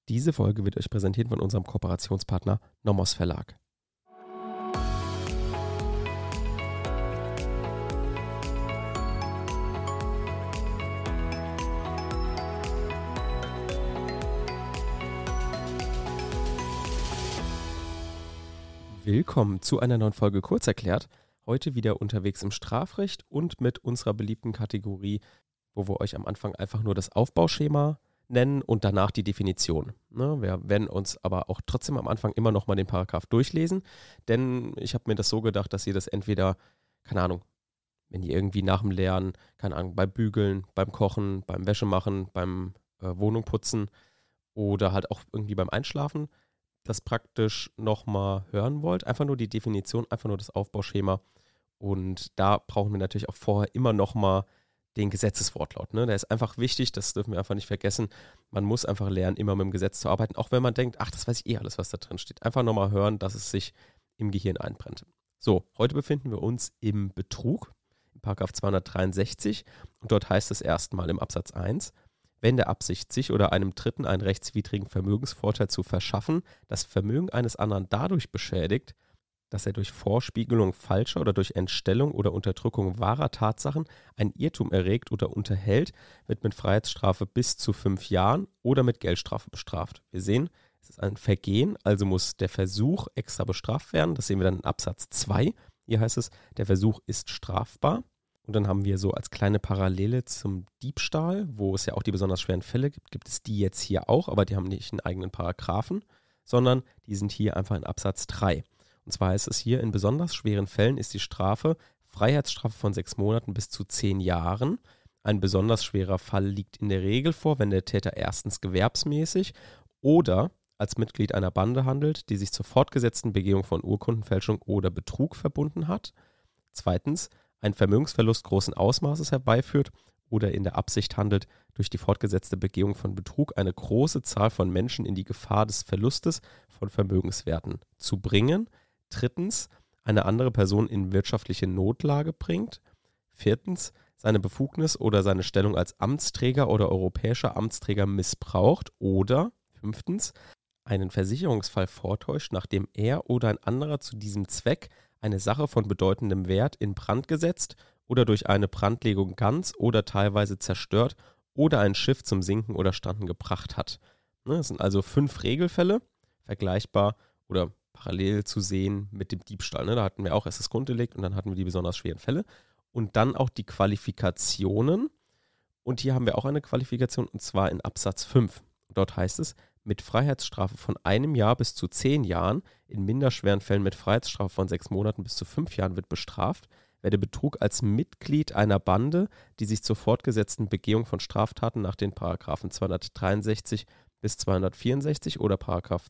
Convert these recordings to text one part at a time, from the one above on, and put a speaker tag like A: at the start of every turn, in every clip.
A: Diese Folge wird euch präsentiert von unserem Kooperationspartner Nomos Verlag. Willkommen zu einer neuen Folge Kurzerklärt. Heute wieder unterwegs im Strafrecht und mit unserer beliebten Kategorie, wo wir euch am Anfang einfach nur das Aufbauschema nennen und danach die Definition. Wir werden uns aber auch trotzdem am Anfang immer nochmal den Paragraph durchlesen, denn ich habe mir das so gedacht, dass ihr das entweder, keine Ahnung, wenn ihr irgendwie nach dem Lernen, keine Ahnung, beim Bügeln, beim Kochen, beim Wäschemachen, beim Wohnung putzen oder halt auch irgendwie beim Einschlafen, das praktisch nochmal hören wollt, einfach nur die Definition, einfach nur das Aufbauschema. Und da brauchen wir natürlich auch vorher immer nochmal den Gesetzeswortlaut. Der ist einfach wichtig, das dürfen wir einfach nicht vergessen. Man muss einfach lernen, immer mit dem Gesetz zu arbeiten, auch wenn man denkt, ach, das weiß ich alles, was da drin steht. Einfach nochmal hören, dass es sich im Gehirn einbrennt. So, heute befinden wir uns im Betrug, im Paragraph 263. Und dort heißt es erstmal im Absatz 1, wenn der Absicht, sich oder einem Dritten einen rechtswidrigen Vermögensvorteil zu verschaffen, das Vermögen eines anderen dadurch beschädigt, dass er durch Vorspiegelung falscher oder durch Entstellung oder Unterdrückung wahrer Tatsachen ein Irrtum erregt oder unterhält, wird mit Freiheitsstrafe bis zu 5 Jahren oder mit Geldstrafe bestraft. Wir sehen, es ist ein Vergehen, also muss der Versuch extra bestraft werden. Das sehen wir dann in Absatz 2. Hier heißt es, der Versuch ist strafbar. Und dann haben wir so als kleine Parallele zum Diebstahl, wo es ja auch die besonders schweren Fälle gibt, gibt es die jetzt hier auch, aber die haben nicht einen eigenen Paragraphen, sondern die sind hier einfach in Absatz 3. Und zwar heißt es hier, in besonders schweren Fällen ist die Strafe Freiheitsstrafe von 6 Monaten bis zu 10 Jahren. Ein besonders schwerer Fall liegt in der Regel vor, wenn der Täter erstens gewerbsmäßig oder als Mitglied einer Bande handelt, die sich zur fortgesetzten Begehung von Urkundenfälschung oder Betrug verbunden hat. Zweitens, einen Vermögensverlust großen Ausmaßes herbeiführt oder in der Absicht handelt, durch die fortgesetzte Begehung von Betrug eine große Zahl von Menschen in die Gefahr des Verlustes von Vermögenswerten zu bringen. Drittens, eine andere Person in wirtschaftliche Notlage bringt. Viertens, seine Befugnis oder seine Stellung als Amtsträger oder europäischer Amtsträger missbraucht. Oder fünftens, einen Versicherungsfall vortäuscht, nachdem er oder ein anderer zu diesem Zweck eine Sache von bedeutendem Wert in Brand gesetzt oder durch eine Brandlegung ganz oder teilweise zerstört oder ein Schiff zum Sinken oder Stranden gebracht hat. Das sind also 5 Regelfälle, vergleichbar oder parallel zu sehen mit dem Diebstahl. Da hatten wir auch erst das Grunddelikt und dann hatten wir die besonders schweren Fälle. Und dann auch die Qualifikationen. Und hier haben wir auch eine Qualifikation und zwar in Absatz 5. Dort heißt es, mit Freiheitsstrafe von 1 Jahr bis zu 10 Jahren, in minderschweren Fällen mit Freiheitsstrafe von 6 Monaten bis zu 5 Jahren wird bestraft, wer der Betrug als Mitglied einer Bande, die sich zur fortgesetzten Begehung von Straftaten nach den Paragraphen 263 bis 264 oder Paragraph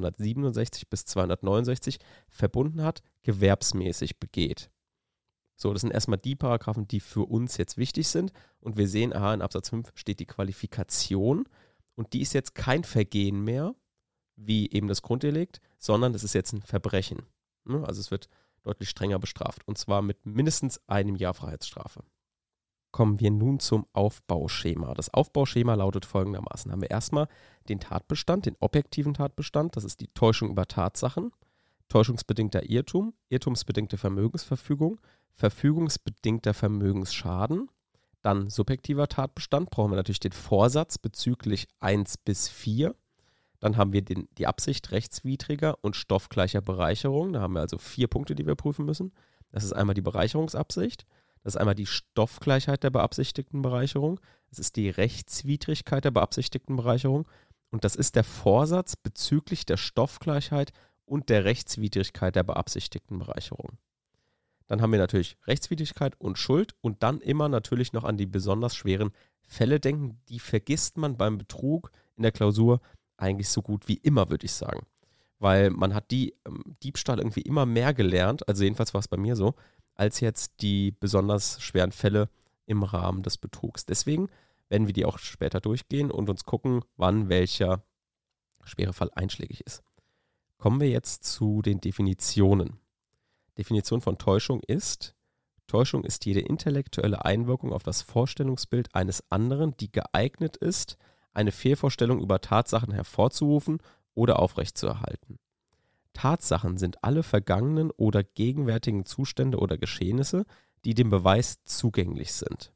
A: 267 bis 269 verbunden hat, gewerbsmäßig begeht. So, das sind erstmal die Paragraphen, die für uns jetzt wichtig sind. Und wir sehen, in Absatz 5 steht die Qualifikation. Und die ist jetzt kein Vergehen mehr, wie eben das Grunddelikt, sondern es ist jetzt ein Verbrechen. Also es wird deutlich strenger bestraft. Und zwar mit mindestens 1 Jahr Freiheitsstrafe. Kommen wir nun zum Aufbauschema. Das Aufbauschema lautet folgendermaßen. Haben wir erstmal den Tatbestand, den objektiven Tatbestand. Das ist die Täuschung über Tatsachen. Täuschungsbedingter Irrtum, irrtumsbedingte Vermögensverfügung, verfügungsbedingter Vermögensschaden. Dann subjektiver Tatbestand, brauchen wir natürlich den Vorsatz bezüglich 1 bis 4. Dann haben wir die Absicht rechtswidriger und stoffgleicher Bereicherung. Da haben wir also 4 Punkte, die wir prüfen müssen. Das ist einmal die Bereicherungsabsicht, das ist einmal die Stoffgleichheit der beabsichtigten Bereicherung, das ist die Rechtswidrigkeit der beabsichtigten Bereicherung und das ist der Vorsatz bezüglich der Stoffgleichheit und der Rechtswidrigkeit der beabsichtigten Bereicherung. Dann haben wir natürlich Rechtswidrigkeit und Schuld und dann immer natürlich noch an die besonders schweren Fälle denken. Die vergisst man beim Betrug in der Klausur eigentlich so gut wie immer, würde ich sagen. Weil man hat die Diebstahl irgendwie immer mehr gelernt, also jedenfalls war es bei mir so, als jetzt die besonders schweren Fälle im Rahmen des Betrugs. Deswegen werden wir die auch später durchgehen und uns gucken, wann welcher schwere Fall einschlägig ist. Kommen wir jetzt zu den Definitionen. Definition von Täuschung ist jede intellektuelle Einwirkung auf das Vorstellungsbild eines anderen, die geeignet ist, eine Fehlvorstellung über Tatsachen hervorzurufen oder aufrechtzuerhalten. Tatsachen sind alle vergangenen oder gegenwärtigen Zustände oder Geschehnisse, die dem Beweis zugänglich sind.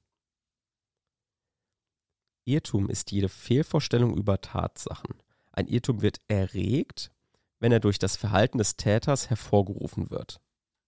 A: Irrtum ist jede Fehlvorstellung über Tatsachen. Ein Irrtum wird erregt, wenn er durch das Verhalten des Täters hervorgerufen wird.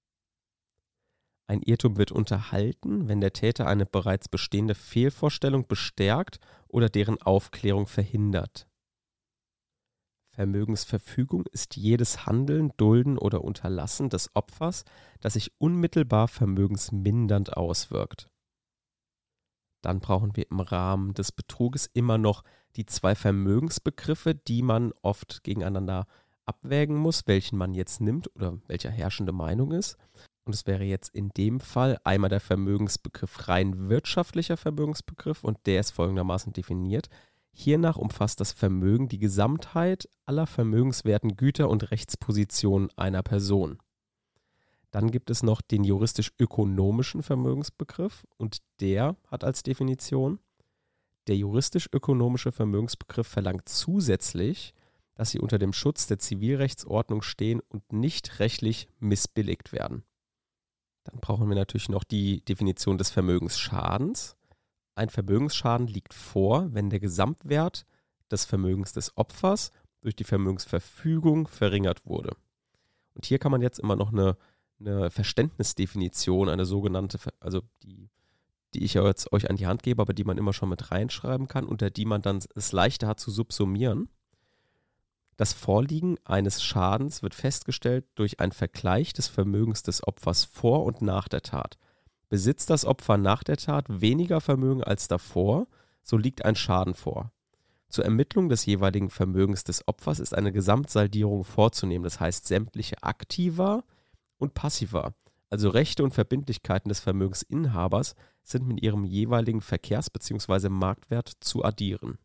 A: Ein Irrtum wird unterhalten, wenn der Täter eine bereits bestehende Fehlvorstellung bestärkt oder deren Aufklärung verhindert. Vermögensverfügung ist jedes Handeln, Dulden oder Unterlassen des Opfers, das sich unmittelbar vermögensmindernd auswirkt. Dann brauchen wir im Rahmen des Betruges immer noch die zwei Vermögensbegriffe, die man oft gegeneinander abwägen muss, welchen man jetzt nimmt oder welcher herrschende Meinung ist. Und es wäre jetzt in dem Fall einmal der Vermögensbegriff rein wirtschaftlicher Vermögensbegriff und der ist folgendermaßen definiert. Hiernach umfasst das Vermögen die Gesamtheit aller vermögenswerten Güter und Rechtspositionen einer Person. Dann gibt es noch den juristisch-ökonomischen Vermögensbegriff und der hat als Definition: Der juristisch-ökonomische Vermögensbegriff verlangt zusätzlich, dass sie unter dem Schutz der Zivilrechtsordnung stehen und nicht rechtlich missbilligt werden. Dann brauchen wir natürlich noch die Definition des Vermögensschadens. Ein Vermögensschaden liegt vor, wenn der Gesamtwert des Vermögens des Opfers durch die Vermögensverfügung verringert wurde. Und hier kann man jetzt immer noch eine Verständnisdefinition, eine sogenannte, also die ich jetzt euch an die Hand gebe, aber die man immer schon mit reinschreiben kann, unter die man dann es leichter hat zu subsumieren. Das Vorliegen eines Schadens wird festgestellt durch einen Vergleich des Vermögens des Opfers vor und nach der Tat. Besitzt das Opfer nach der Tat weniger Vermögen als davor, so liegt ein Schaden vor. Zur Ermittlung des jeweiligen Vermögens des Opfers ist eine Gesamtsaldierung vorzunehmen, das heißt sämtliche Aktiva und Passiva, also Rechte und Verbindlichkeiten des Vermögensinhabers, sind mit ihrem jeweiligen Verkehrs- bzw. Marktwert zu addieren.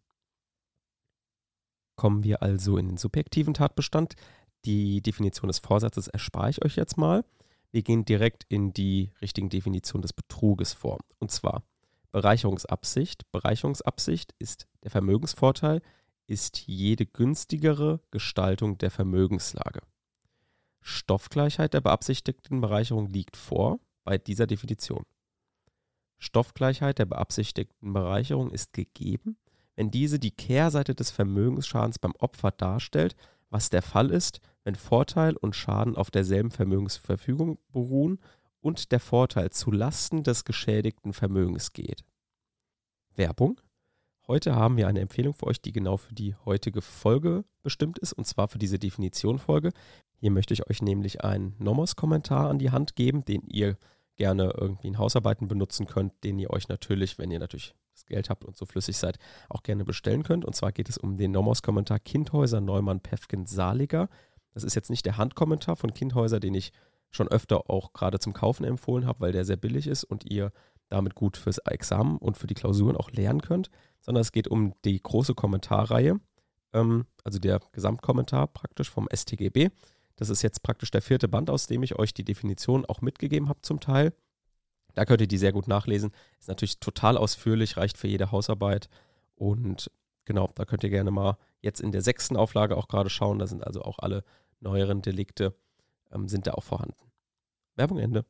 A: Kommen wir also in den subjektiven Tatbestand. Die Definition des Vorsatzes erspare ich euch jetzt mal. Wir gehen direkt in die richtigen Definition des Betruges vor. Und zwar Bereicherungsabsicht. Bereicherungsabsicht ist der Vermögensvorteil, ist jede günstigere Gestaltung der Vermögenslage. Stoffgleichheit der beabsichtigten Bereicherung liegt vor bei dieser Definition. Stoffgleichheit der beabsichtigten Bereicherung ist gegeben, wenn diese die Kehrseite des Vermögensschadens beim Opfer darstellt, was der Fall ist, wenn Vorteil und Schaden auf derselben Vermögensverfügung beruhen und der Vorteil zu Lasten des geschädigten Vermögens geht. Werbung. Heute haben wir eine Empfehlung für euch, die genau für die heutige Folge bestimmt ist, und zwar für diese Definition-Folge. Hier möchte ich euch nämlich einen Nomos-Kommentar an die Hand geben, den ihr gerne irgendwie in Hausarbeiten benutzen könnt, den ihr euch natürlich, wenn ihr natürlich das Geld habt und so flüssig seid, auch gerne bestellen könnt. Und zwar geht es um den Nomos-Kommentar Kindhäuser Neumann Päffgen Saliger. Das ist jetzt nicht der Handkommentar von Kindhäuser, den ich schon öfter auch gerade zum Kaufen empfohlen habe, weil der sehr billig ist und ihr damit gut fürs Examen und für die Klausuren auch lernen könnt, sondern es geht um die große Kommentarreihe, also der Gesamtkommentar praktisch vom StGB. Das ist jetzt praktisch der 4. Band, aus dem ich euch die Definition auch mitgegeben habe zum Teil. Da könnt ihr die sehr gut nachlesen. Ist natürlich total ausführlich, reicht für jede Hausarbeit. Und genau, da könnt ihr gerne mal jetzt in der 6. Auflage auch gerade schauen. Da sind also auch alle neueren Delikte, sind da auch vorhanden. Werbung Ende.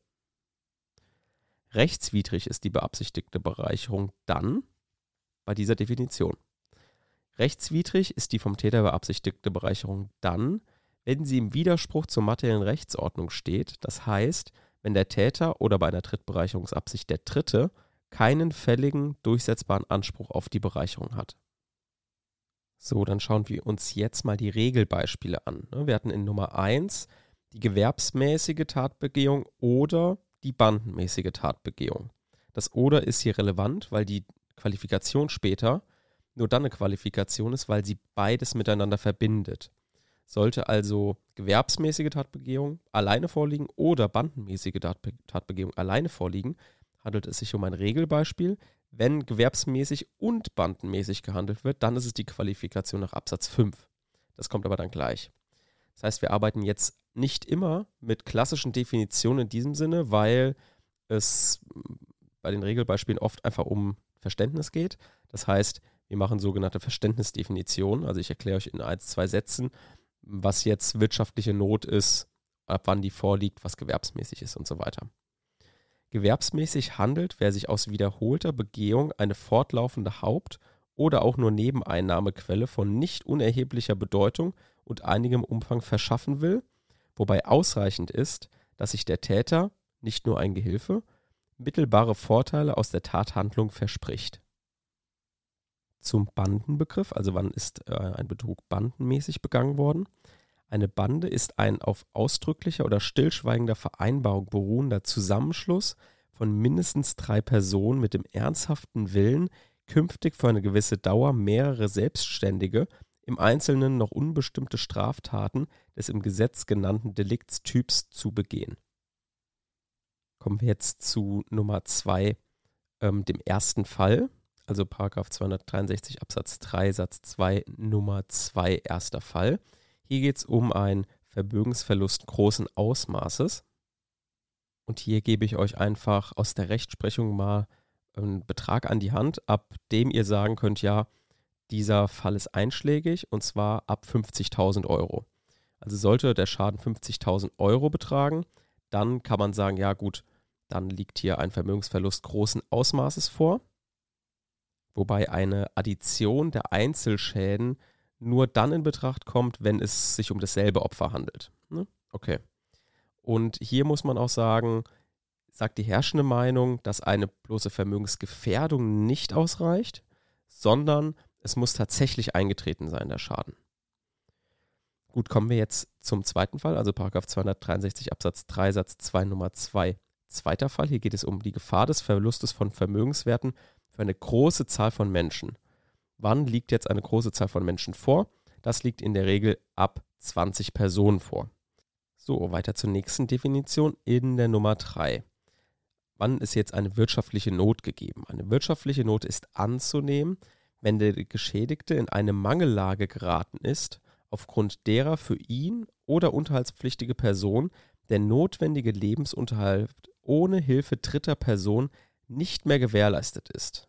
A: Rechtswidrig ist die beabsichtigte Bereicherung dann bei dieser Definition. Rechtswidrig ist die vom Täter beabsichtigte Bereicherung dann, wenn sie im Widerspruch zur materiellen Rechtsordnung steht, das heißt, wenn der Täter oder bei einer Drittbereicherungsabsicht der Dritte keinen fälligen, durchsetzbaren Anspruch auf die Bereicherung hat. So, dann schauen wir uns jetzt mal die Regelbeispiele an. Wir hatten in Nummer 1 die gewerbsmäßige Tatbegehung oder die bandenmäßige Tatbegehung. Das oder ist hier relevant, weil die Qualifikation später nur dann eine Qualifikation ist, weil sie beides miteinander verbindet. Sollte also gewerbsmäßige Tatbegehung alleine vorliegen oder bandenmäßige Tatbegehung alleine vorliegen, handelt es sich um ein Regelbeispiel. Wenn gewerbsmäßig und bandenmäßig gehandelt wird, dann ist es die Qualifikation nach Absatz 5. Das kommt aber dann gleich. Das heißt, wir arbeiten jetzt nicht immer mit klassischen Definitionen in diesem Sinne, weil es bei den Regelbeispielen oft einfach um Verständnis geht. Das heißt, Wir machen sogenannte Verständnisdefinitionen. Also ich erkläre euch in 1, 2 Sätzen, was jetzt wirtschaftliche Not ist, ab wann die vorliegt, was gewerbsmäßig ist und so weiter. Gewerbsmäßig handelt, wer sich aus wiederholter Begehung eine fortlaufende Haupt- oder auch nur Nebeneinnahmequelle von nicht unerheblicher Bedeutung und einigem Umfang verschaffen will, wobei ausreichend ist, dass sich der Täter, nicht nur ein Gehilfe, mittelbare Vorteile aus der Tathandlung verspricht. Zum Bandenbegriff, also wann ist ein Betrug bandenmäßig begangen worden? Eine Bande ist ein auf ausdrücklicher oder stillschweigender Vereinbarung beruhender Zusammenschluss von mindestens 3 Personen mit dem ernsthaften Willen, künftig für eine gewisse Dauer mehrere selbstständige, im Einzelnen noch unbestimmte Straftaten des im Gesetz genannten Deliktstyps zu begehen. Kommen wir jetzt zu Nummer 2, dem ersten Fall, also § 263 Absatz 3 Satz 2 Nummer 2 erster Fall. Hier geht es um einen Vermögensverlust großen Ausmaßes. Und hier gebe ich euch einfach aus der Rechtsprechung mal einen Betrag an die Hand, ab dem ihr sagen könnt, ja, dieser Fall ist einschlägig und zwar ab 50.000 Euro. Also sollte der Schaden 50.000 Euro betragen, dann kann man sagen, ja gut, dann liegt hier ein Vermögensverlust großen Ausmaßes vor. Wobei eine Addition der Einzelschäden nur dann in Betracht kommt, wenn es sich um dasselbe Opfer handelt. Okay. Und hier muss man auch sagen, sagt die herrschende Meinung, dass eine bloße Vermögensgefährdung nicht ausreicht, sondern es muss tatsächlich eingetreten sein, der Schaden. Gut, kommen wir jetzt zum zweiten Fall, also § 263 Absatz 3 Satz 2 Nummer 2. Zweiter Fall, hier geht es um die Gefahr des Verlustes von Vermögenswerten für eine große Zahl von Menschen. Wann liegt jetzt eine große Zahl von Menschen vor? Das liegt in der Regel ab 20 Personen vor. So, weiter zur nächsten Definition in der Nummer 3. Wann ist jetzt eine wirtschaftliche Not gegeben? Eine wirtschaftliche Not ist anzunehmen, wenn der Geschädigte in eine Mangellage geraten ist, aufgrund derer für ihn oder unterhaltspflichtige Person der notwendige Lebensunterhalt ohne Hilfe dritter Person nicht mehr gewährleistet ist.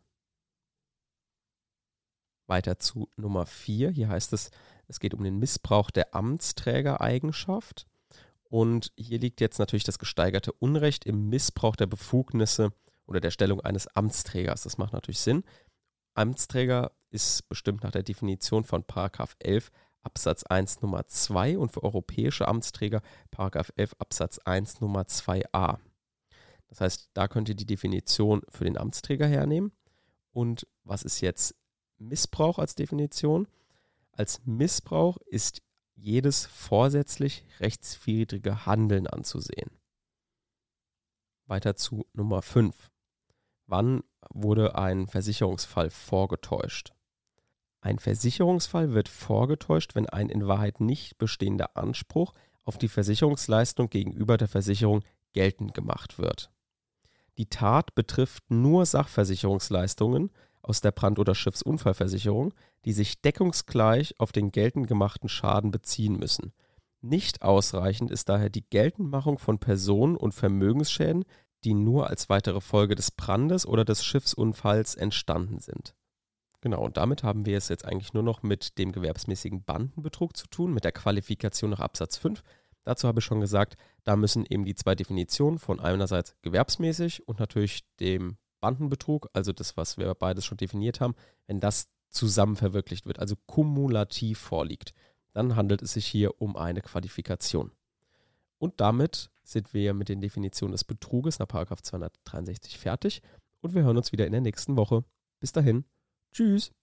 A: Weiter zu Nummer 4. Hier heißt es, es geht um den Missbrauch der Amtsträgereigenschaft. Und hier liegt jetzt natürlich das gesteigerte Unrecht im Missbrauch der Befugnisse oder der Stellung eines Amtsträgers. Das macht natürlich Sinn. Amtsträger ist bestimmt nach der Definition von § 11 Absatz 1 Nummer 2 und für europäische Amtsträger § 11 Absatz 1 Nummer 2a. Das heißt, da könnt ihr die Definition für den Amtsträger hernehmen. Und was ist jetzt Missbrauch als Definition? Als Missbrauch ist jedes vorsätzlich rechtswidrige Handeln anzusehen. Weiter zu Nummer 5. Wann wurde ein Versicherungsfall vorgetäuscht? Ein Versicherungsfall wird vorgetäuscht, wenn ein in Wahrheit nicht bestehender Anspruch auf die Versicherungsleistung gegenüber der Versicherung geltend gemacht wird. Die Tat betrifft nur Sachversicherungsleistungen aus der Brand- oder Schiffsunfallversicherung, die sich deckungsgleich auf den geltend gemachten Schaden beziehen müssen. Nicht ausreichend ist daher die Geltendmachung von Personen- und Vermögensschäden, die nur als weitere Folge des Brandes oder des Schiffsunfalls entstanden sind. Genau, und damit haben wir es jetzt eigentlich nur noch mit dem gewerbsmäßigen Bandenbetrug zu tun, mit der Qualifikation nach Absatz 5. Dazu habe ich schon gesagt, da müssen eben die 2 Definitionen von einerseits gewerbsmäßig und natürlich dem Bandenbetrug, also das, was wir beides schon definiert haben, wenn das zusammen verwirklicht wird, also kumulativ vorliegt, dann handelt es sich hier um eine Qualifikation. Und damit sind wir mit den Definitionen des Betruges nach § 263 fertig und wir hören uns wieder in der nächsten Woche. Bis dahin, tschüss!